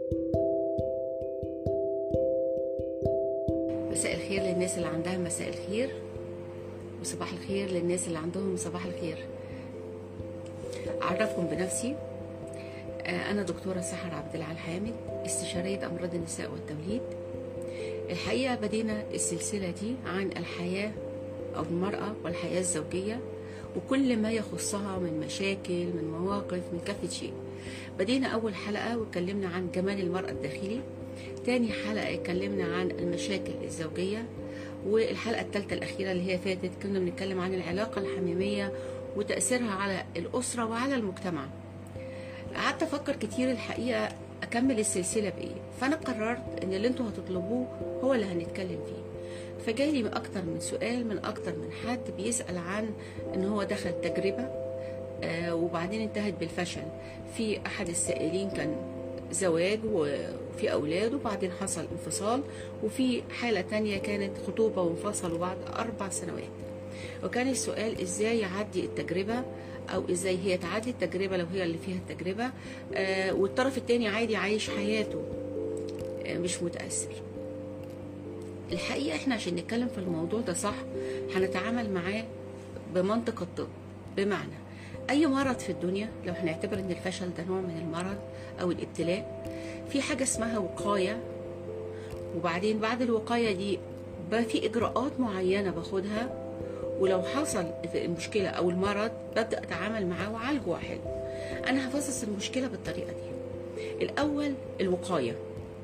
مساء الخير للناس اللي عندها مساء الخير، وصباح الخير للناس اللي عندهم صباح الخير. أعرفكم بنفسي، أنا دكتورة سحر عبد العال حامد، استشارية أمراض النساء والتوليد. الحقيقة بدينا السلسلة دي عن الحياة أو المرأة والحياة الزوجية وكل ما يخصها من مشاكل، من مواقف، من كافة شيء. بدينا أول حلقة واتكلمنا عن جمال المرأة الداخلي، تاني حلقة اتكلمنا عن المشاكل الزوجية، والحلقة الثالثة الأخيرة اللي هي فاتت كنا بنتكلم عن العلاقة الحميمية وتأثيرها على الأسرة وعلى المجتمع. قعدت أفكر كتير الحقيقة أكمل السلسلة بإيه، فأنا قررت إن اللي انتوا هتطلبوه هو اللي هنتكلم فيه. فجالي من أكتر من سؤال من أكتر من حد بيسأل عن إن هو دخل تجربة وبعدين انتهت بالفشل. في أحد السائلين كان زواج وفي أولاد وبعدين حصل انفصال، وفي حالة تانية كانت خطوبة وانفصلوا بعد 4 سنوات. وكان السؤال إزاي يعدي التجربة أو إزاي هي تعدي التجربة لو هي اللي فيها التجربة، والطرف التاني عادي عايش حياته مش متأثر. الحقيقة احنا عشان نتكلم في الموضوع ده صح هنتعامل معاه بمنطق الطب. بمعنى أي مرض في الدنيا لو هنعتبر إن الفشل ده نوع من المرض أو الابتلاء، في حاجة اسمها وقاية، وبعدين بعد الوقاية دي بقى في إجراءات معينة باخدها، ولو حصل المشكلة أو المرض ببدأ أتعامل معاه وأعالجه وأحله. أنا هفصص المشكلة بالطريقة دي. الأول الوقاية.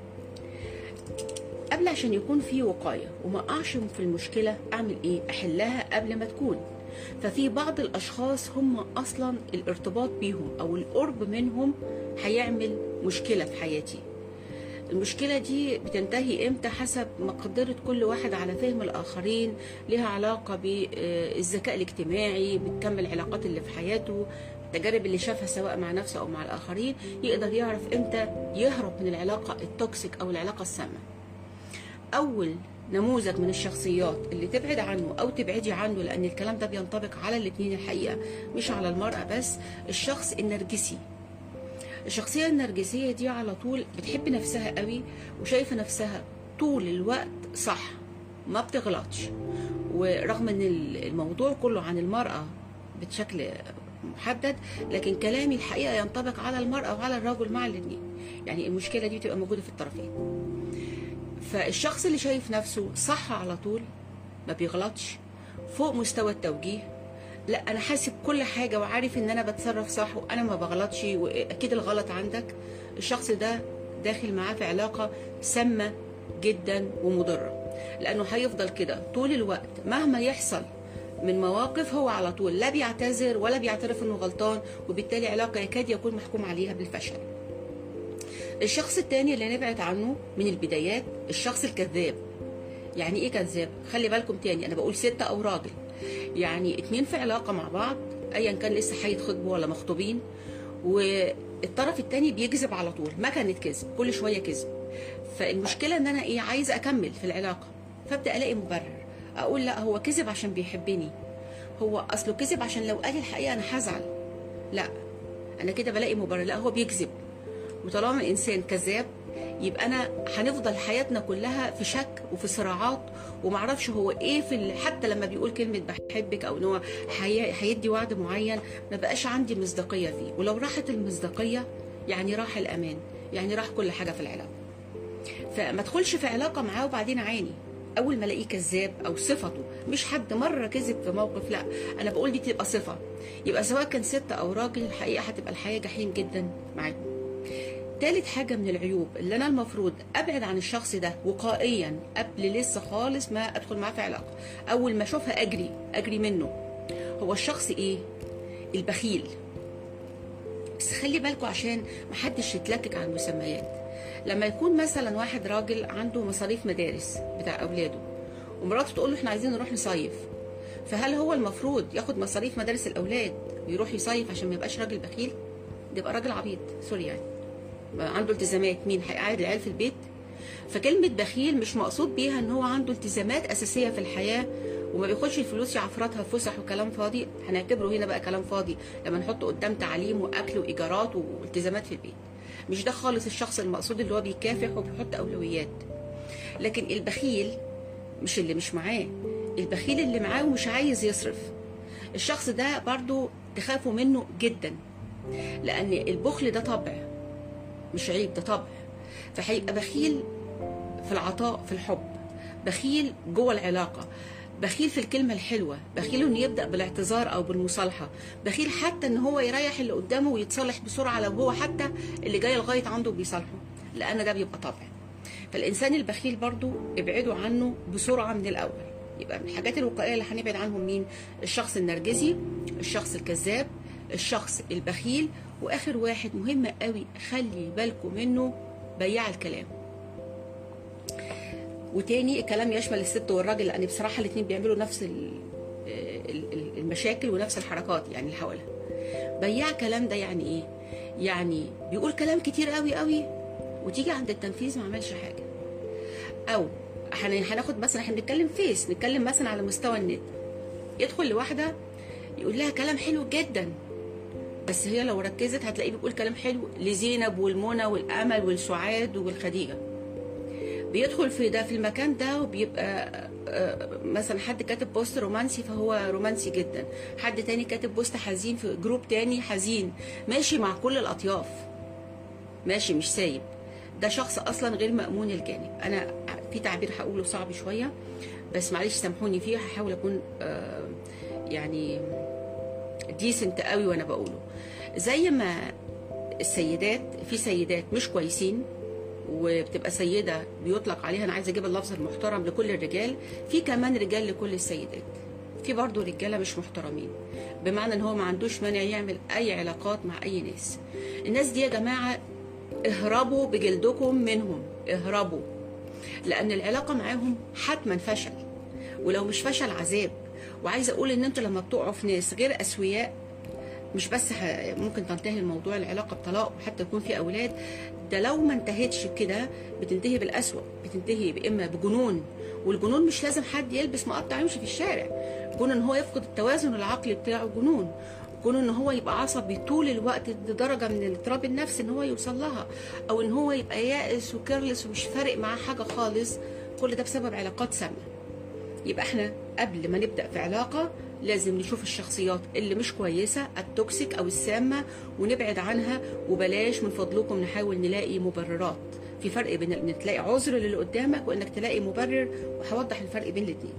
قبل عشان يكون في وقاية وما أقعش في المشكلة أعمل إيه؟ أحلها قبل ما تكون. ففي بعض الأشخاص هم أصلا الارتباط بيهم أو القرب منهم هيعمل مشكلة في حياتي. المشكلة دي بتنتهي إمتى؟ حسب مقدرة كل واحد على فهم الآخرين، لها علاقة بالذكاء الاجتماعي، بتكمل العلاقات اللي في حياته، التجارب اللي شافها سواء مع نفسه أو مع الآخرين، يقدر يعرف إمتى يهرب من العلاقة التوكسيك أو العلاقة السامة. أول نموذج من الشخصيات اللي تبعد عنه أو تبعدي عنه، لأن الكلام ده بينطبق على الاثنين الحقيقة مش على المرأة بس، الشخص النرجسي. الشخصية النرجسية دي على طول بتحب نفسها قوي وشايفة نفسها طول الوقت صح، ما بتغلطش. ورغم ان الموضوع كله عن المرأة بشكل محدد، لكن كلامي الحقيقة ينطبق على المرأة وعلى الرجل مع الاثنين. يعني المشكلة دي بتبقى موجودة في الطرفين. فالشخص اللي شايف نفسه صح على طول، ما بيغلطش، فوق مستوى التوجيه، لا انا حاسب كل حاجه وعارف ان انا بتصرف صح وانا ما بغلطش واكيد الغلط عندك، الشخص ده داخل معاه في علاقه سامه جدا ومضره، لانه هيفضل كده طول الوقت مهما يحصل من مواقف. هو على طول لا بيعتذر ولا بيعترف انه غلطان، وبالتالي علاقه يكاد يكون محكوم عليها بالفشل. الشخص التاني اللي نبعد عنه من البدايات الشخص الكذاب. يعني ايه كذاب؟ خلي بالكم تاني انا بقول ست او راجل، يعني 2 في علاقة مع بعض ايا كان لسه هيتخطبوا ولا مخطوبين، والطرف التاني بيكذب على طول، ما كانت كذب كل شوية كذب. فالمشكلة ان انا ايه؟ عايز اكمل في العلاقة، فابدأ الاقي مبرر، اقول لا هو كذب عشان بيحبني، هو اصله كذب عشان لو قال الحقيقة انا هزعل. لا انا كده بلاقي مبرر، لا هو بيكذب. وطالما الانسان كذاب يبقى انا هنفضل حياتنا كلها في شك وفي صراعات، ومعرفش هو ايه حتى لما بيقول كلمه بحبك او ان هو هيدي وعد معين، ما بقاش عندي مصداقيه فيه. ولو راحت المصداقيه يعني راح الامان، يعني راح كل حاجه في العلاقه. فما ادخلش في علاقه معاه وبعدين اعاني اول ما الاقيه كذاب او صفته، مش حد مره كذب في موقف، لا انا بقول دي تبقى صفه. يبقى سواء كان ست او راجل الحقيقه هتبقى الحياه جحيم جدا معاهم. تالت حاجة من العيوب اللي أنا المفروض أبعد عن الشخص ده وقائيا قبل لسه خالص ما أدخل معاه في علاقة، أول ما أشوفها أجري منه، هو الشخص إيه؟ البخيل. بس خلي بالكوا عشان محدش يتلكك على المسميات. لما يكون مثلا واحد راجل عنده مصاريف مدارس بتاع أولاده ومراته تقول له إحنا عايزين نروح نصيف، فهل هو المفروض ياخد مصاريف مدارس الأولاد ويروح يصيف عشان ما يبقاش راجل بخيل؟ ده يبقى راجل عبيط، سوري يعني. عنده التزامات، مين هيقعد العيال في البيت؟ فكلمة بخيل مش مقصود بيها ان هو عنده التزامات اساسية في الحياة وما بياخدش الفلوس يعفرتها في فسح وكلام فاضي. هنعتبره هنا بقى كلام فاضي لما نحطه قدام تعليم واكل وايجارات والتزامات في البيت. مش ده خالص الشخص المقصود اللي هو بيكافح وبيحط اولويات. لكن البخيل مش اللي مش معاه، البخيل اللي معاه ومش عايز يصرف. الشخص ده برضو تخافوا منه جدا، لان البخل ده طبع مش عيب، ده طبع. فهيبقى بخيل في العطاء، في الحب، بخيل جوه العلاقه، بخيل في الكلمه الحلوه، بخيل انه يبدا بالاعتذار او بالمصالحه، بخيل حتى ان هو يريح اللي قدامه ويتصالح بسرعه لو هو حتى اللي جاي لغايه عنده بيصالحه، لان ده بيبقى طبع. فالانسان البخيل برضو ابعدوا عنه بسرعه من الاول. يبقى من الحاجات الوقائيه اللي هنبعد عنهم مين؟ الشخص النرجسي، الشخص الكذاب، الشخص البخيل، واخر واحد مهم قوي خلي بالكم منه، بياع الكلام. وتاني الكلام يشمل الست والراجل، لان بصراحه الاثنين بيعملوا نفس المشاكل ونفس الحركات يعني اللي حواليها. بياع كلام ده يعني ايه؟ يعني بيقول كلام كتير قوي قوي وتيجي عند التنفيذ ما عملش حاجه. او هناخد مثلا، احنا بنتكلم نتكلم مثلا على مستوى النت، يدخل لواحده يقول لها كلام حلو جدا، بس هي لو ركزت هتلاقيه بيقول كلام حلو لزينب والمنى والامل والسعاد والخديجه. بيدخل في المكان ده وبيبقى مثلا حد كاتب بوست رومانسي فهو رومانسي جدا، حد تاني كاتب بوست حزين في جروب تاني حزين، ماشي مع كل الاطياف، ماشي مش سايب. ده شخص اصلا غير مأمون الجانب. انا في تعبير هقوله صعب شويه بس معلش سامحوني فيه، هحاول اكون يعني ديسنت قوي وانا بقوله. زي ما السيدات، في سيدات مش كويسين وبتبقى سيده بيطلق عليها، انا عايزه اجيب اللفظ المحترم لكل الرجال، في كمان رجال لكل السيدات. في برضه رجاله مش محترمين، بمعنى ان هو ما عندوش مانع يعمل اي علاقات مع اي ناس. الناس دي يا جماعه اهربوا بجلدكم منهم، اهربوا، لان العلاقه معاهم حتما فشل، ولو مش فشل عذاب. وعايزه اقول ان انتوا لما بتقعوا في ناس غير اسوياء، مش بس ممكن تنتهي الموضوع العلاقه بطلاق وحتى يكون في اولاد، ده لو ما انتهتش كده بتنتهي بالاسوأ، بتنتهي اما بجنون. والجنون مش لازم حد يلبس مقطع يمشي في الشارع، جنون ان هو يفقد التوازن العقلي بتاعه، جنون ان هو يبقى عصبي طول الوقت لدرجه من الاضطراب النفسي ان هو يوصل لها، او ان هو يبقى يائس وكيرلس ومش فارق معاه حاجه خالص. كل ده بسبب علاقات سامه. يبقى احنا قبل ما نبدا في علاقه لازم نشوف الشخصيات اللي مش كويسه، التوكسيك او السامه، ونبعد عنها. وبلاش من فضلكم نحاول نلاقي مبررات. في فرق بين ان تلاقي عذر للي قدامك وانك تلاقي مبرر، وهوضح الفرق بين الاثنين.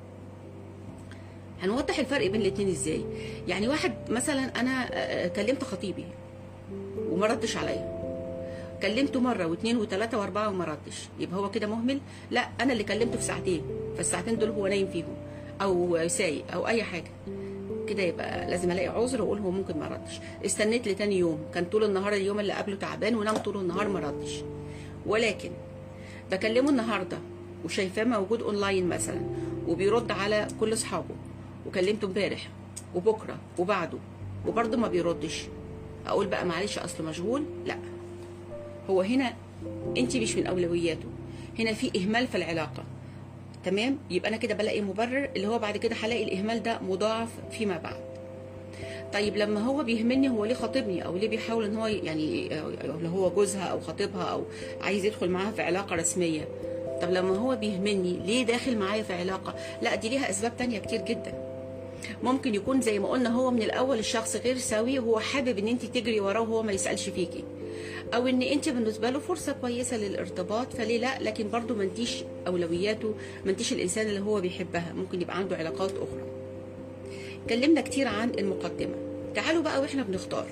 هنوضح الفرق بين الاثنين ازاي؟ يعني واحد مثلا انا كلمت خطيبي وما ردش عليا، كلمته مره واثنين وثلاثه واربعه وما ردش، يبقى هو كده مهمل؟ لا، انا اللي كلمته في ساعتين، فالساعتين دول هو نايم فيهم او سايق او اي حاجه كده، يبقى لازم الاقي عذر واقول هو ممكن ما ردش. استنيت لتاني يوم، كان طول النهار اليوم اللي قبله تعبان ونام طول النهار ما ردش، ولكن بكلمه النهارده وشايفاه موجود اونلاين مثلا وبيرد على كل اصحابه، وكلمته امبارح وبكره وبعده وبرضه ما بيردش، اقول بقى معلش اصله مشغول؟ لا، هو هنا انت مش من اولوياته، هنا في اهمال في العلاقه. تمام؟ يبقى انا كده بلاقي مبرر اللي هو بعد كده هلاقي الاهمال ده مضاعف فيما بعد. طيب لما هو بيهملني، هو ليه خاطبني او ليه بيحاول ان هو يعني لو هو جوزها او خطيبها او عايز يدخل معاها في علاقه رسميه، طب لما هو بيهملني ليه داخل معايا في علاقه؟ لا، دي ليها اسباب تانية كتير جدا. ممكن يكون زي ما قلنا هو من الاول الشخص غير سوي، وهو حابب ان انت تجري وراه وهو ما يسالش فيكي، او ان انت بالنسبه له فرصه كويسه للارتباط فليه لا، لكن برضه ما انتيش اولوياته، ما انتيش الانسان اللي هو بيحبها، ممكن يبقى عنده علاقات اخرى. اتكلمنا كتير عن المقدمه، تعالوا بقى واحنا بنختار.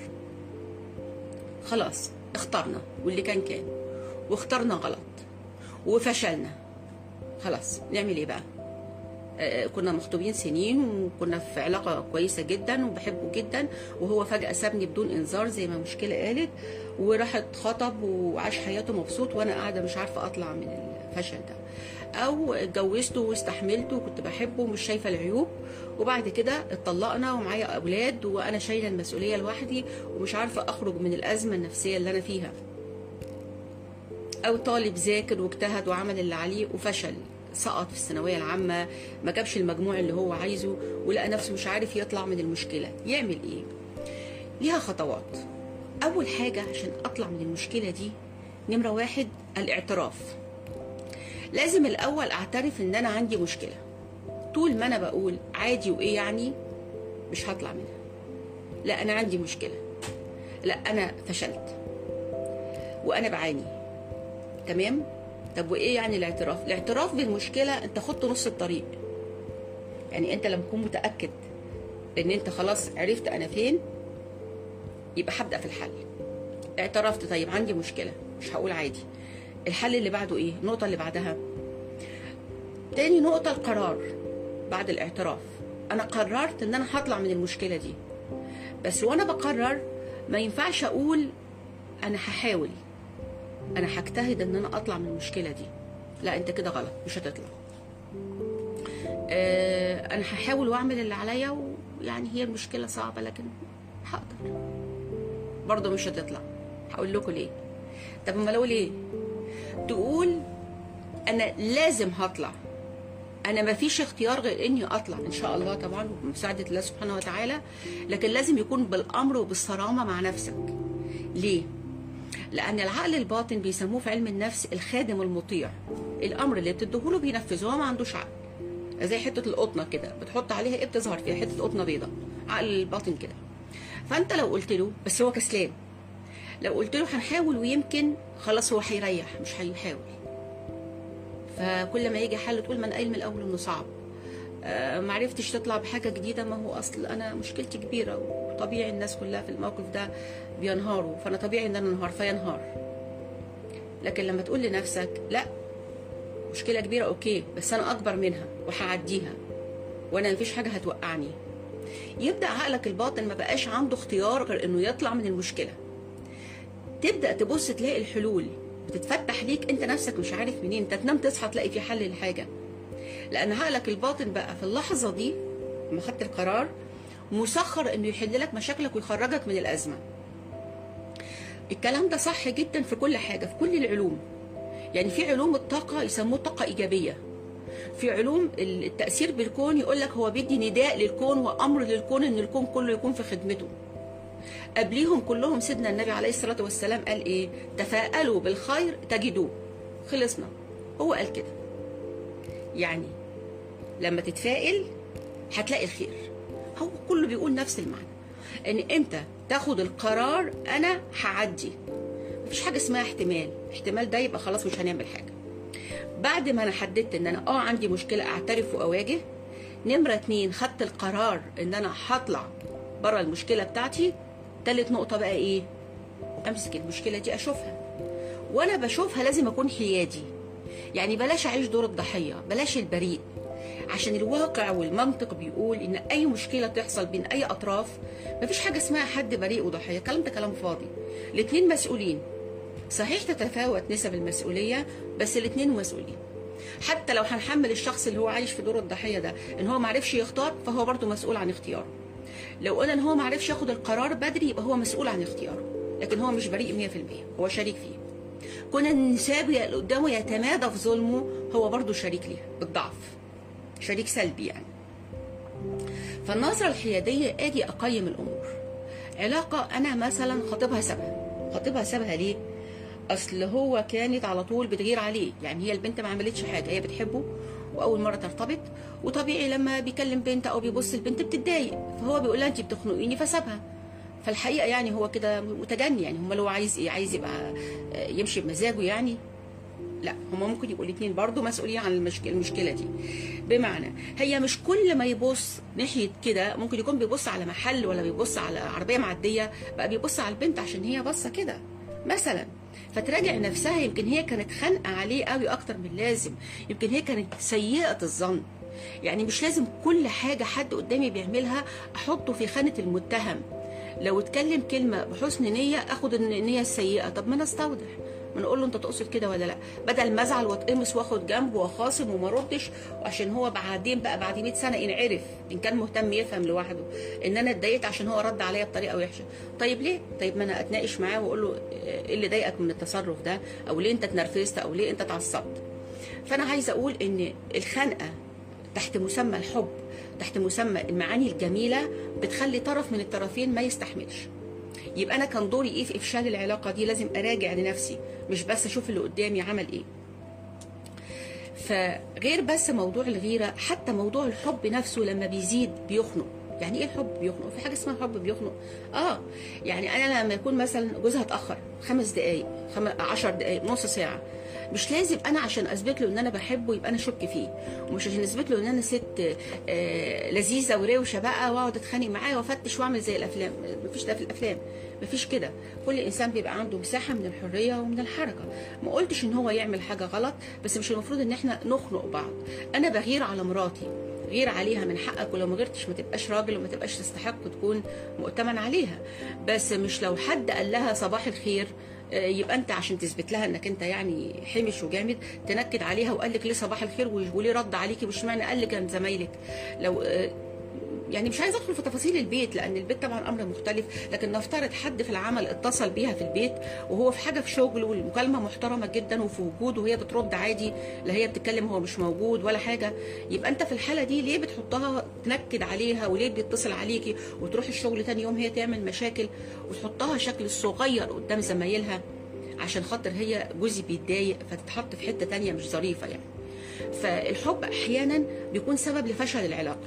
خلاص اخترنا واللي كان واخترنا غلط وفشلنا، خلاص نعمل ايه بقى؟ كنا مخطوبين سنين وكنا في علاقه كويسه جدا وبحبه جدا، وهو فجاه سابني بدون انذار زي ما مشكله قالت، وراح اتخطب وعاش حياته مبسوط وانا قاعده مش عارفه اطلع من الفشل ده. او اتجوزته واستحملته وكنت بحبه ومش شايفه العيوب، وبعد كده اتطلقنا ومعايا اولاد وانا شايله المسؤوليه لوحدي ومش عارفه اخرج من الازمه النفسيه اللي انا فيها. او طالب ذاكر واجتهد وعمل اللي عليه وفشل، سقط في الثانويه العامه، ما جابش المجموع اللي هو عايزه ولقى نفسه مش عارف يطلع من المشكله، يعمل ايه؟ ليها خطوات. اول حاجه عشان اطلع من المشكله دي، نمره واحد الاعتراف. لازم الاول اعترف ان انا عندي مشكله. طول ما انا بقول عادي وايه يعني، مش هطلع منها. لا انا عندي مشكله، لا انا فشلت وانا بعاني. تمام؟ طب وايه يعني الاعتراف؟ الاعتراف بالمشكله انت خدت نص الطريق. يعني انت لما تكون متاكد ان انت خلاص عرفت انا فين، يبقى هبدا في الحل. اعترفت، طيب عندي مشكله، مش هقول عادي. الحل اللي بعده ايه؟ النقطه اللي بعدها، تاني نقطه القرار بعد الاعتراف. انا قررت ان انا هطلع من المشكله دي، بس وانا بقرر ما ينفعش اقول انا هحاول، انا هجتهد ان انا اطلع من المشكله دي. لا انت كده غلط، مش هتطلع. انا هحاول واعمل اللي عليا، ويعني هي المشكله صعبه لكن هقدر. برضه مش هتطلع. هقول لكم ليه. طب امال اقول ايه؟ تقول انا لازم هطلع، انا ما فيش اختيار غير اني اطلع ان شاء الله طبعا بمساعده الله سبحانه وتعالى، لكن لازم يكون بالامر وبالصرامه مع نفسك. ليه؟ لان العقل الباطن بيسموه في علم النفس الخادم المطيع. الامر اللي بتديهوله بينفذه، هو ما عندوش عقل. زي حته القطنه كده، بتحط عليها ايه بتظهر فيها حته قطنه بيضاء. عقل الباطن كده. فانت لو قلت له، بس هو كسلان، لو قلت له هنحاول ويمكن، خلاص هو هيريح مش هيحاول. فكل ما يجي حل تقول ما انا قايل من الاول انه صعب، معرفتش تطلع بحاجه جديده، ما هو اصل انا مشكلتي كبيره وطبيعي الناس كلها في الموقف ده بينهاروا، فانا طبيعي ان انا انهار فينهار. لكن لما تقول لنفسك لا، مشكله كبيره اوكي، بس انا اكبر منها وهعديها، وانا مفيش حاجه هتوقعني، يبدا عقلك الباطن ما بقاش عنده اختيار غير انه يطلع من المشكله. تبدا تبص تلاقي الحلول بتتفتح ليك، انت نفسك مش عارف منين. انت تنام تصحى تلاقي في حل للحاجه، لان عقلك الباطن بقى في اللحظه دي لما خدت القرار مسخر انه يحل لك مشاكلك ويخرجك من الازمه. الكلام ده صح جدا في كل حاجه، في كل العلوم. يعني في علوم الطاقه يسموه طاقه ايجابيه، في علوم التاثير بالكون يقول لك هو بيدي نداء للكون وامر للكون ان الكون كله يكون في خدمته. قبليهم كلهم سيدنا النبي عليه الصلاه والسلام قال ايه؟ تفاءلوا بالخير تجدوه. خلصنا، هو قال كده. يعني لما تتفائل هتلاقي الخير. هو كله بيقول نفس المعنى، ان انت تاخد القرار انا هعدي. مفيش حاجه اسمها احتمال، احتمال ده يبقى خلاص مش هنعمل حاجه. بعد ما انا حددت ان انا عندي مشكله اعترف واواجه، نمره 2 خدت القرار ان انا هطلع بره المشكله بتاعتي. تالت نقطه بقى ايه؟ امسك المشكله دي اشوفها، وانا بشوفها لازم اكون حيادي. يعني بلاش اعيش دور الضحيه، بلاش البريء، عشان الواقع والمنطق بيقول ان اي مشكله تحصل بين اي اطراف مفيش حاجه اسمها حد بريء وضحيه. الكلام ده كلام فاضي. الاثنين مسؤولين. صحيح تتفاوت نسب المسؤوليه، بس الاثنين مسؤولين. حتى لو هنحمل الشخص اللي هو عايش في دور الضحيه ده ان هو معرفش يختار، فهو برضه مسؤول عن اختياره. لو قلنا ان هو معرفش ياخد القرار بدري، يبقى هو مسؤول عن اختياره، لكن هو مش بريء 100%، هو شريك فيه. كون الانسان اللي قدامه يتمادى في ظلمه، هو برضه شريك ليه بالضعف، شريك سلبي يعني. فالنظرة الحيادية اجي اقيم الامور. علاقة انا مثلا خطيبها سابها ليه؟ اصل هو كانت على طول بتغير عليه. يعني هي البنت ما عملتش حاجة، هي بتحبه واول مرة ترتبط، وطبيعي لما بيكلم بنت او بيبص البنت بتتضايق، فهو بيقول لها انت بتخنقيني فسابها. فالحقيقة يعني هو كده متجني. يعني هم لو عايز ايه؟ عايز يبقى يمشي بمزاجه يعني؟ لا، هما ممكن يبقوا الاثنين برضه مسؤولين عن المشكله دي. بمعنى هي مش كل ما يبص ناحيه كده، ممكن يكون بيبص على محل ولا بيبص على عربيه معديه، بقى بيبص على البنت عشان هي باصه كده مثلا. فتراجع نفسها، يمكن هي كانت خانقه عليه قوي اكتر من اللازم، يمكن هي كانت سيئه الظن. يعني مش لازم كل حاجه حد قدامي بيعملها احطه في خانه المتهم. لو اتكلم كلمه بحسن نيه اخد النيه السيئه، طب ما انا استوضح، ما نقول له انت تقصد كده ولا لا، بدل ما ازعل واتقمص واخد جنبه واخاصم وما ردش، وعشان هو بعدين بقى بعد 100 سنه ان عرف، ان كان مهتم يفهم لوحده ان انا اتضايقت عشان هو رد عليا بطريقه وحشه. طيب ليه؟ طيب ما انا اتناقش معاه واقول له ايه اللي ضايقك من التصرف ده، او ليه انت اتنرفزت، او ليه انت اتعصبت. فانا عايزه اقول ان الخنقه تحت مسمى الحب، تحت مسمى المعاني الجميله، بتخلي طرف من الطرفين ما يستحملش. يبقى انا كان دوري ايه في افشال العلاقه دي؟ لازم اراجع لنفسي، مش بس اشوف اللي قدامي عمل ايه. فغير بس موضوع الغيره، حتى موضوع الحب نفسه لما بيزيد بيخنق. يعني ايه الحب بيخنق؟ في حاجه اسمها حب بيخنق. يعني انا لما يكون مثلا جوزها اتاخر 5 دقائق 10 دقائق نص ساعه، مش لازم انا عشان اثبت له ان انا بحبه يبقى انا اشك فيه، ومش عشان اثبت له ان انا ست لذيذه وروشه بقى واقعد اتخانق معاه وافتش واعمل زي الافلام. مفيش ده في الافلام، مفيش كده. كل انسان بيبقى عنده مساحه من الحريه ومن الحركه. ما قلتش ان هو يعمل حاجه غلط، بس مش المفروض ان احنا نخنق بعض. انا بغير على مراتي، غير عليها من حقك، ولو ما غيرتش ما تبقاش راجل وما تبقاش تستحق تكون مؤتمن عليها. بس مش لو حد قال لها صباح الخير يبقى انت عشان تثبت لها انك انت يعني حمش وجامد تنكد عليها وقال لك ليه صباح الخير وليه رد عليكي وش معنى قال لك من زمايلك. لو يعني مش عايزه ادخل في تفاصيل البيت لان البيت طبعا امر مختلف، لكن نفترض حد في العمل اتصل بيها في البيت وهو في حاجه في شغل والمكالمه محترمه جدا وفي وجوده وهي بترد عادي، لا هي بتتكلم هو مش موجود ولا حاجه، يبقى انت في الحاله دي ليه بتحطها تنكد عليها وليه بيتصل عليكي وتروح الشغل تاني يوم هي تعمل مشاكل وتحطها شكل صغير قدام زمايلها عشان خاطر هي جوزي بيتضايق فتتحط في حته تانيه مش ظريفه يعني. فالحب احيانا بيكون سبب لفشل العلاقه.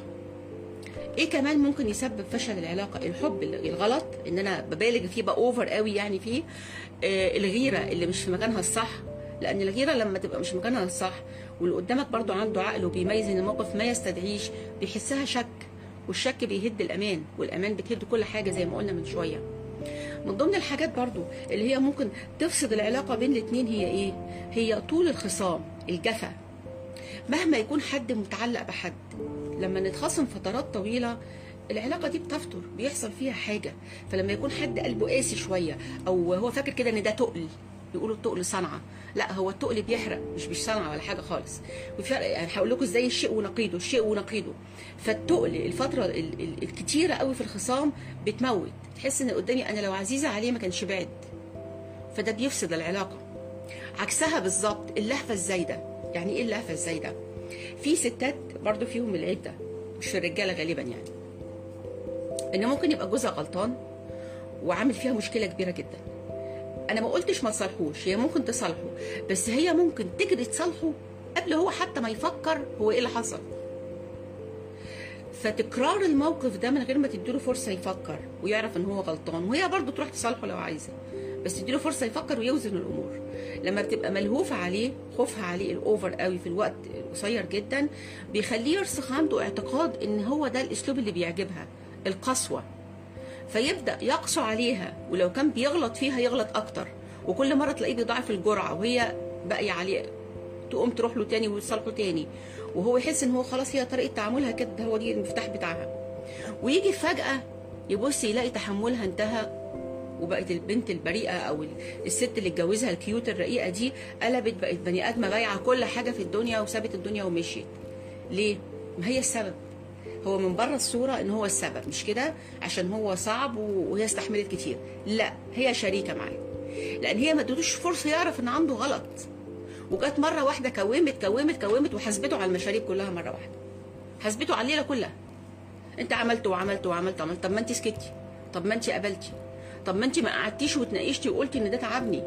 ايه كمان ممكن يسبب فشل العلاقه؟ الحب الغلط، ان انا ببالغ فيه بقى اوفر قوي يعني فيه. الغيره اللي مش في مكانها الصح، لان الغيره لما تبقى مش في مكانها الصح واللي قدامك برضو عنده عقل وبيميز ان الموقف ما يستدعيش بيحسها شك، والشك بيهد الامان، والامان بتهد كل حاجه زي ما قلنا من شويه. من ضمن الحاجات برضو اللي هي ممكن تفسد العلاقه بين الاثنين هي ايه؟ هي طول الخصام، الجفا. مهما يكون حد متعلق بحد، لما نتخاصم فترات طويله العلاقه دي بتفتر، بيحصل فيها حاجه. فلما يكون حد قلبه قاسي شويه او هو فاكر كده ان ده تقل، بيقولوا التقل صنعه، لا هو التقل بيحرق مش صنعه ولا حاجه خالص. يعني هقول لكم ازاي الشيء ونقيضه، الشيء ونقيضه. فالتقل الفتره الكتيره قوي في الخصام بتموت، تحس ان قدامي انا لو عزيزه عليه ما كانش بعد، فده بيفسد العلاقه. عكسها بالظبط اللهفه الزايده. يعني ايه اللهفه الزايده؟ في ستات برضو فيهم العيب ده، مش في الرجاله غالبا يعني، ان ممكن يبقى جوزها غلطان وعامل فيها مشكله كبيره جدا. انا ما قلتش ما تصالحوش، هي ممكن تصالحه، بس هي ممكن تجري تصالحه قبل هو حتى ما يفكر هو ايه اللي حصل. فتكرار الموقف ده من غير ما تديله فرصه يفكر ويعرف ان هو غلطان، وهي برضو تروح تصالحه لو عايزه، بس تديله فرصه يفكر ويوزن الامور. لما بتبقى ملهوفه عليه، خوفها عليه الاوفر قوي في الوقت القصير جدا، بيخليه يرسخ عنده اعتقاد ان هو ده الاسلوب اللي بيعجبها، القسوه. فيبدا يقسو عليها، ولو كان بيغلط فيها يغلط اكتر، وكل مره تلاقيه بيضاعف الجرعه وهي باقيه عليه، تقوم تروح له تاني ويتصالحوا تاني، وهو يحس ان هو خلاص هي طريقه تعاملها كده، هو دي المفتاح بتاعها. ويجي فجاه يبص يلاقي تحملها انتهى، وبقت البنت البريئه او الست اللي اتجوزها الكيوت الرقيقه دي قلبت بقت بني ادمه بايعه كل حاجه في الدنيا وسابت الدنيا ومشيت. ليه؟ ما هي السبب. هو من بره الصوره ان هو السبب، مش كده عشان هو صعب وهي استحملت كتير، لا هي شريكه معاه، لان هي ما ادتوش فرصه يعرف ان عنده غلط. وجت مره واحده كومت وحاسبته على المشاريب كلها مره واحده، حاسبته على الليله كلها. انت عملت وعملت وعملت وعملت، طب ما انت سكتي، طب ما انت قبلتي، طب ما انت ما قعدتيش وتناقشتي وقلتي ان ده تعبني.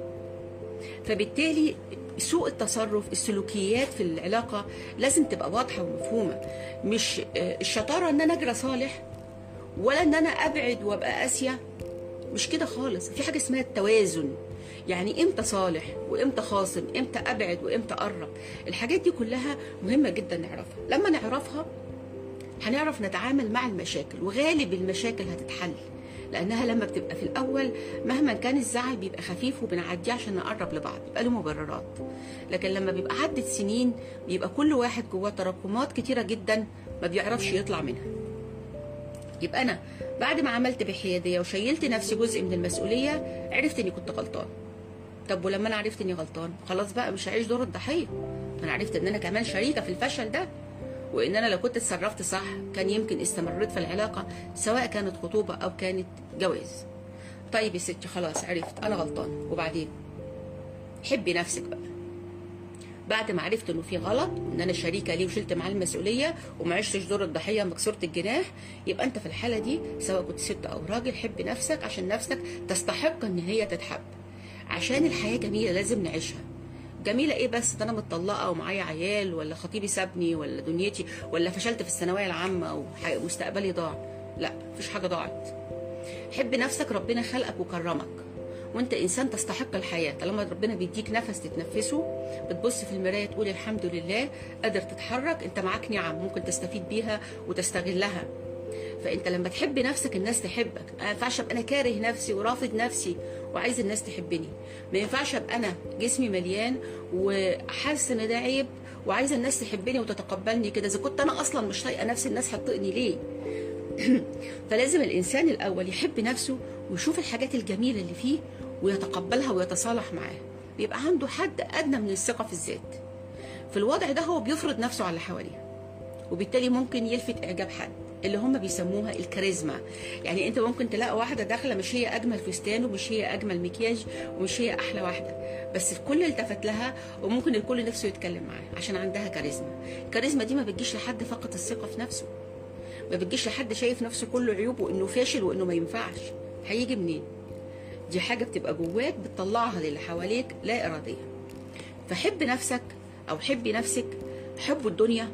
فبالتالي سوء التصرف، السلوكيات في العلاقه لازم تبقى واضحه ومفهومه. مش الشطاره ان انا اجري صالح، ولا ان انا ابعد وابقى قاسيه، مش كده خالص. في حاجه اسمها التوازن، يعني امتى صالح وامتى خاصم، امتى ابعد وامتى اقرب. الحاجات دي كلها مهمه جدا نعرفها. لما نعرفها هنعرف نتعامل مع المشاكل، وغالب المشاكل هتتحل، لانها لما بتبقى في الاول مهما كان الزعل بيبقى خفيف وبنعديه عشان نقرب لبعض، يبقى له مبررات. لكن لما بيبقى عدت سنين بيبقى كل واحد جواه تراكمات كتيره جدا ما بيعرفش يطلع منها. يبقى انا بعد ما عملت بحياديه وشيلت نفسي جزء من المسؤوليه عرفت اني كنت غلطان. طب ولما انا عرفت اني غلطان خلاص بقى مش هعيش دور الضحيه، انا عرفت ان انا كمان شريكه في الفشل ده، وان انا لو كنت اتصرفت صح كان يمكن استمريت في العلاقه سواء كانت خطوبه او كانت جواز. طيب يا ستي خلاص عرفت انا غلطان، وبعدين حبي نفسك بقى، بعد ما عرفت انه في غلط وان انا شريكه ليه وشلت معاه المسؤوليه وما عشتش دور الضحيه مكسوره الجناح، يبقى انت في الحاله دي سواء كنت ست او راجل حب نفسك، عشان نفسك تستحق ان هي تتحب، عشان الحياه جميله لازم نعيشها. جميله ايه بس؟ ده انا متطلقه ومعايا عيال، ولا خطيبي سابني، ولا دنيتي، ولا فشلت في الثانويه العامه ومستقبلي ضاع. لا، مفيش حاجه ضاعت. حب نفسك، ربنا خلقك وكرمك، وانت انسان تستحق الحياه. طالما ربنا بيديك نفس تتنفسه، بتبص في المرايه تقول الحمد لله، قادر تتحرك، انت معاك نعم ممكن تستفيد بيها وتستغلها. فانت لما تحب نفسك الناس تحبك. ما ينفعش ابقى انا كاره نفسي ورافض نفسي وعايز الناس تحبني. ما ينفعش ابقى انا جسمي مليان وحاسه ان ده عيب وعايزه الناس تحبني وتتقبلني كده. اذا كنت انا اصلا مش طايقه نفسي، الناس هتطيقني ليه؟ فلازم الانسان الاول يحب نفسه ويشوف الحاجات الجميله اللي فيه ويتقبلها ويتصالح معاها، بيبقى عنده حد ادنى من الثقه في الذات. في الوضع ده هو بيفرض نفسه على اللي حواليه، وبالتالي ممكن يلفت اعجاب حد، اللي هم بيسموها الكاريزما. يعني انت ممكن تلاقي واحده داخله مش هي اجمل فستان ومش هي اجمل مكياج ومش هي احلى واحده، بس الكل التفت لها وممكن الكل نفسه يتكلم معاها عشان عندها كاريزما. الكاريزما دي ما بتجيش لحد فقد الثقه في نفسه، ما بتجيش لحد شايف نفسه كله عيوب وانه فاشل وانه ما ينفعش. هيجي منين؟ دي حاجه بتبقى جواك بتطلعها للي حواليك لا اراديه. فحب نفسك او حبي نفسك. حبوا الدنيا.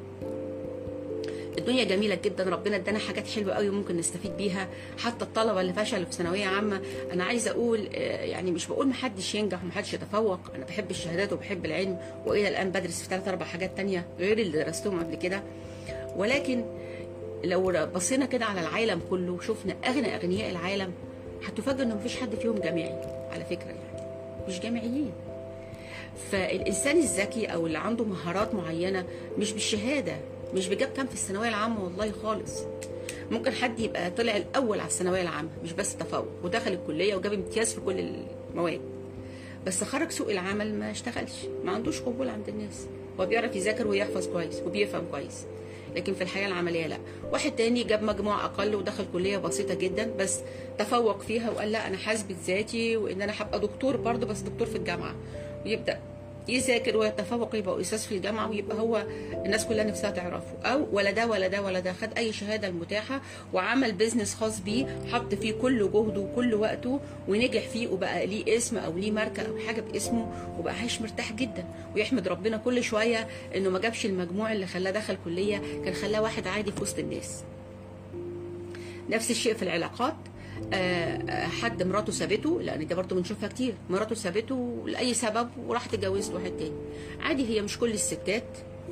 الدنيا جميله جدا، ربنا ادانا حاجات حلوه قوي ممكن نستفيد بيها. حتى الطلبه اللي فشلوا في ثانويه عامه، انا عايزه اقول يعني مش بقول محدش ينجح ومحدش يتفوق، انا بحب الشهادات وبحب العلم، والى الان بدرس في 3-4 حاجات تانية غير اللي درستهم قبل كده. ولكن لو بصينا كده على العالم كله وشفنا اغنى اغنياء العالم، هتفاجئ ان مفيش حد فيهم جامعي على فكره، يعني مش جامعيين. فالانسان الذكي او اللي عنده مهارات معينه مش بالشهاده، مش بجاب كام في الثانويه العامه، والله خالص. ممكن حد يبقى طلع الاول على الثانويه العامه مش بس تفوق، ودخل الكليه وجاب امتياز في كل المواد، بس خرج سوق العمل ما اشتغلش، ما عندوش قبول عند الناس. هو بيعرف يذاكر ويحفظ كويس وبيفهم كويس، لكن في الحياه العمليه لا. واحد تاني جاب مجموع اقل ودخل كليه بسيطه جدا بس تفوق فيها وقال لا انا حاسبه ذاتي وان انا هبقى دكتور برضه، بس دكتور في الجامعه، ويبدا يذاكر ويتفوق يبقى استاذ في الجامعه ويبقى هو الناس كلها نفسها تعرفه. او ولا ده ولا ده ولا ده، خد اي شهاده المتاحه وعمل بيزنس خاص بيه، حط فيه كل جهده وكل وقته ونجح فيه وبقى ليه اسم او ليه ماركه او حاجه باسمه، وبقى عايش مرتاح جدا ويحمد ربنا كل شويه انه ما جابش المجموع اللي خلاه دخل كليه، كان خلاه واحد عادي في وسط الناس. نفس الشيء في العلاقات. حد مراته سابته، لان ده برضه بنشوفها كتير، مراته سابته لاي سبب وراحت اتجوزت واحد تاني. عادي، هي مش كل الستات.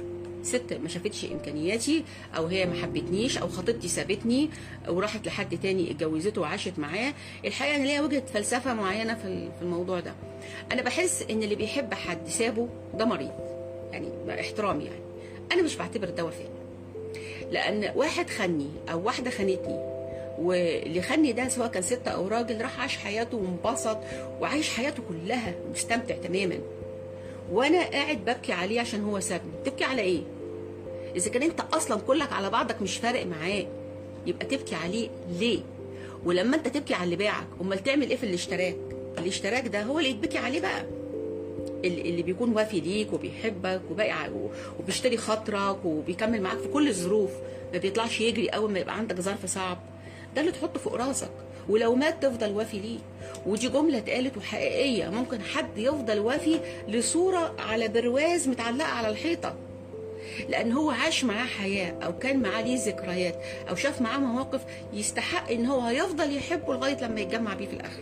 ست ما شافتش امكانياتي، او هي ما حبتنيش، او خطيبتي سابتني وراحت لحد تاني اتجوزته وعاشت معاه. الحقيقه انا ليا وجهه فلسفه معينه في الموضوع ده. انا بحس ان اللي بيحب حد سابه ده مريض، يعني باحترامي، يعني انا مش بعتبر ده وفاء. لان واحد خني او واحده خانتني، واللي خني ده سواء كان ست او راجل راح عاش حياته وانبسط وعايش حياته كلها مستمتع تماما، وانا قاعد ببكي عليه عشان هو سابني. تبكي على ايه؟ اذا كان انت اصلا كلك على بعضك مش فارق معاه، يبقى تبكي عليه ليه؟ ولما انت تبكي على اللي باعك، امال تعمل ايه في اللي اشتراك؟ اللي اشتراك ده هو اللي يتبكي عليه بقى، اللي بيكون وافي ليك وبيحبك وباقي وبيشتري خاطرك وبيكمل معاك في كل الظروف، ما بيطلعش يجري اول ما يبقى عندك ظرف صعب، ده اللي تحطه فوق راسك. ولو مات تفضل وافي ليه. ودي جمله اتقالت وحقيقيه، ممكن حد يفضل وافي لصوره على برواز متعلقه على الحيطه، لان هو عاش معاه حياه او كان معاه ليه ذكريات او شاف معاه مواقف يستحق ان هو هيفضل يحبه لغايه لما يتجمع بيه في الاخر.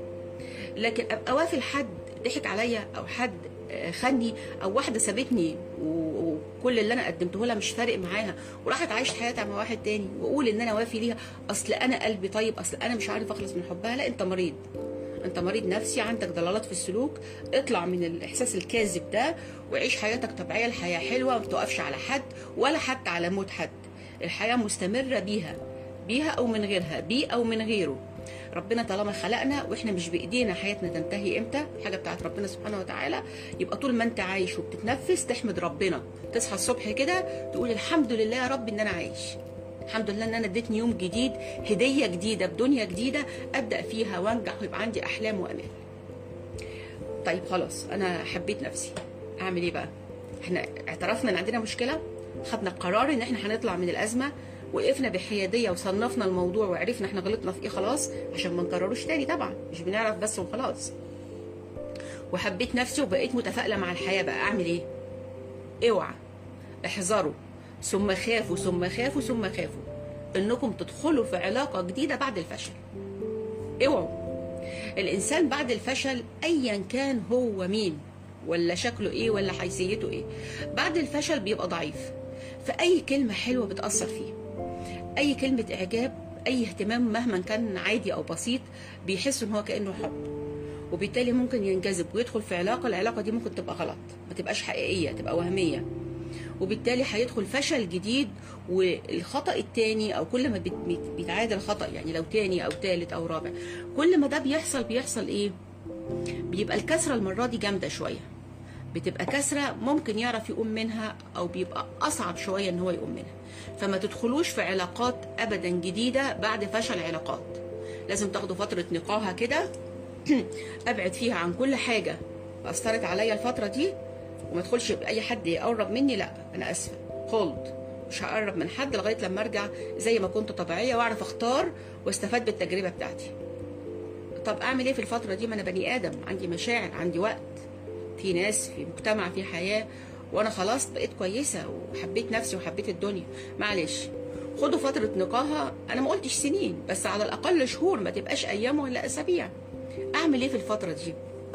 لكن ابقى وافي لحد ضحك عليا، او حد خني، او واحده سابتني وكل اللي انا قدمته لها مش فارق معاها وراحت عايشه حياتها مع واحد تاني، واقول ان انا وافي ليها اصل انا قلبي طيب، اصل انا مش عارف اخلص من حبها، لا، انت مريض. انت مريض نفسي، عندك ضلالات في السلوك. اطلع من الاحساس الكاذب ده وعيش حياتك طبيعيه. الحياه حلوه، ما بتقفش على حد ولا حتى على موت حد. الحياه مستمره بيها او من غيرها، بيه او من غيره. ربنا طالما خلقنا واحنا مش بايدينا حياتنا تنتهي امتى، الحاجه بتاعت ربنا سبحانه وتعالى، يبقى طول ما انت عايش وبتتنفس تحمد ربنا. تصحى الصبح كده تقول الحمد لله يا رب ان انا عايش، الحمد لله ان انا اديتني يوم جديد، هديه جديده بدنيا جديده ابدا فيها وانجح ويبقى عندي احلام وامال. طيب خلاص، انا حبيت نفسي، اعمل ايه بقى؟ احنا اعترفنا ان عندنا مشكله، خدنا قرار ان احنا هنطلع من الازمه، وقفنا بحياديه وصنفنا الموضوع وعرفنا احنا غلطنا في ايه خلاص عشان ما نكرروش تاني. طبعا مش بنعرف بس وخلاص. وحبيت نفسي وبقيت متفائله مع الحياه. بقى اعمل ايه؟ اوعى، احذروا، ثم خافوا ثم خافوا ثم خافوا انكم تدخلوا في علاقه جديده بعد الفشل. اوعوا. الانسان بعد الفشل ايا كان هو مين ولا شكله ايه ولا حيثيته ايه، بعد الفشل بيبقى ضعيف. فاي كلمه حلوه بتاثر فيه، اي كلمه اعجاب، اي اهتمام مهما كان عادي او بسيط بيحس ان هو كانه حب، وبالتالي ممكن ينجذب ويدخل في علاقه. العلاقه دي ممكن تبقى غلط، ما تبقاش حقيقيه، تبقى وهميه، وبالتالي هيدخل فشل جديد. والخطأ التاني او كل ما بيتعاد الخطأ، يعني لو تاني او تالت او رابع، كل ما ده بيحصل ايه؟ بيبقى الكسرة المرة دي جامدة شوية، بتبقى كسرة ممكن يعرف يقوم منها، او بيبقى اصعب شوية ان هو يقوم منها. فما تدخلوش في علاقات ابدا جديدة بعد فشل علاقات. لازم تاخدوا فترة نقاهة كده ابعد فيها عن كل حاجة اثرت عليا الفترة دي، وما ادخلش باي حد يقرب مني. لا انا اسفة، هولد، مش هقرب من حد لغاية لما ارجع زي ما كنت طبيعية واعرف اختار واستفاد بالتجربة بتاعتي. طب اعمل ايه في الفترة دي؟ ما انا بني ادم، عندي مشاعر، عندي وقت، في ناس، في مجتمع، في حياة، وانا خلاص بقيت كويسة وحبيت نفسي وحبيت الدنيا. معلش خدوا فترة نقاهة. انا ما قلتش سنين، بس على الاقل شهور، ما تبقاش ايام ولا اسابيع. اعمل ايه في الفترة دي؟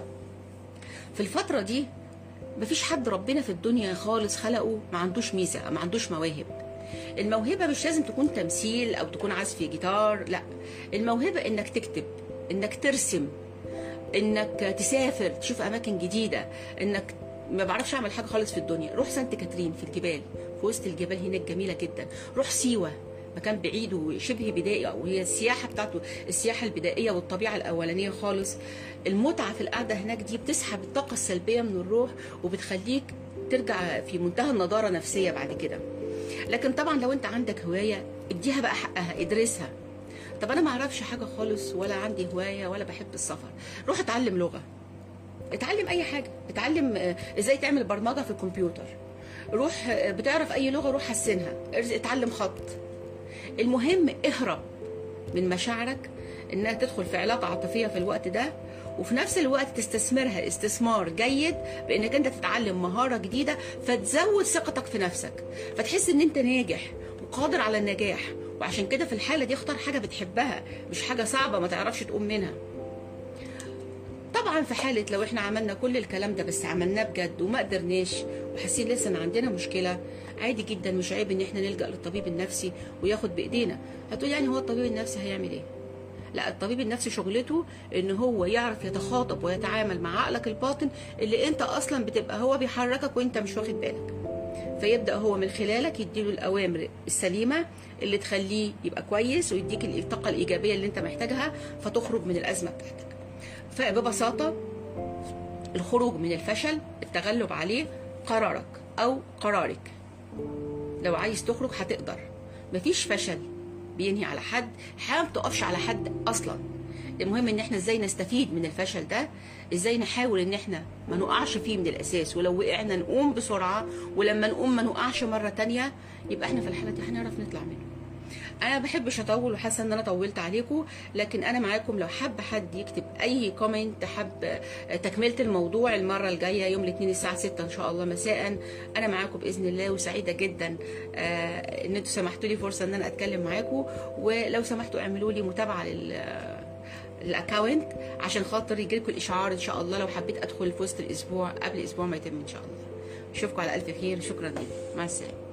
في الفترة دي مفيش حد ربنا في الدنيا خالص خلقه ما عندوش ميزة، ما عندوش مواهب. الموهبة مش لازم تكون تمثيل او تكون عازف جيتار، لا، الموهبة انك تكتب، انك ترسم، انك تسافر تشوف اماكن جديده، انك ما بعرفش اعمل حاجه خالص في الدنيا، روح سانت كاترين في الجبال، في وسط الجبال هناك جميله جدا. روح سيوه، مكان بعيد وشبه بدائي، وهي السياحه بتاعته السياحه البدائيه والطبيعه الاولانيه خالص. المتعه في القعده هناك دي بتسحب الطاقه السلبيه من الروح وبتخليك ترجع في منتهى النضاره نفسيه بعد كده. لكن طبعا لو انت عندك هوايه اديها بقى حقها، ادرسها. طب انا ما اعرفش حاجه خالص، ولا عندي هوايه، ولا بحب السفر. روح اتعلم لغه، اتعلم اي حاجه، اتعلم ازاي تعمل برمجه في الكمبيوتر، روح بتعرف اي لغه روح حسنها، اتعلم خط. المهم اهرب من مشاعرك انها تدخل في علاقه عاطفيه في الوقت ده، وفي نفس الوقت تستثمرها استثمار جيد بانك انت تتعلم مهاره جديده فتزود ثقتك في نفسك، فتحس ان انت ناجح وقادر على النجاح. وعشان كده في الحاله دي اختار حاجه بتحبها، مش حاجه صعبه ما تعرفش تقوم منها. طبعا في حاله لو احنا عملنا كل الكلام ده بس عملناه بجد وما قدرناش وحاسين لسه ان عندنا مشكله، عادي جدا، مش عيب ان احنا نلجا للطبيب النفسي وياخد بايدينا. هتقول يعني هو الطبيب النفسي هيعمل ايه؟ لا، الطبيب النفسي شغلته ان هو يعرف يتخاطب ويتعامل مع عقلك الباطن اللي انت اصلا بتبقى هو بيحركك وانت مش واخد بالك، فيبدا هو من خلالك يديله الاوامر السليمه اللي تخليه يبقى كويس ويديك الطاقه الايجابيه اللي انت محتاجها فتخرج من الازمه بتاعتك. فببساطه الخروج من الفشل، التغلب عليه، قرارك او قرارك. لو عايز تخرج هتقدر، مفيش فشل بينهي على حد، حاجه ما بتقفش على حد اصلا. المهم ان احنا ازاي نستفيد من الفشل ده، ازاي نحاول ان احنا ما نقعش فيه من الاساس، ولو وقعنا نقوم بسرعه، ولما نقوم ما نقعش مره تانية، يبقى احنا في الحاله دي هنعرف نطلع منه. انا ما بحبش اطول وحاسه ان انا طولت عليكم، لكن انا معاكم لو حب حد يكتب اي كومنت، حب تكمله الموضوع المره الجايه يوم الاثنين الساعه 6 ان شاء الله مساء، انا معاكم باذن الله، وسعيده جدا ان انتوا سمحتوا لي فرصه ان انا اتكلم معاكم. ولو سمحتوا اعملوا لي متابعه الاكونت عشان خاطر يجيلكم الاشعار ان شاء الله لو حبيت ادخل في وسط الاسبوع قبل الاسبوع ما يتم ان شاء الله. اشوفكم على الف خير، شكرا لكم، مع السلامه.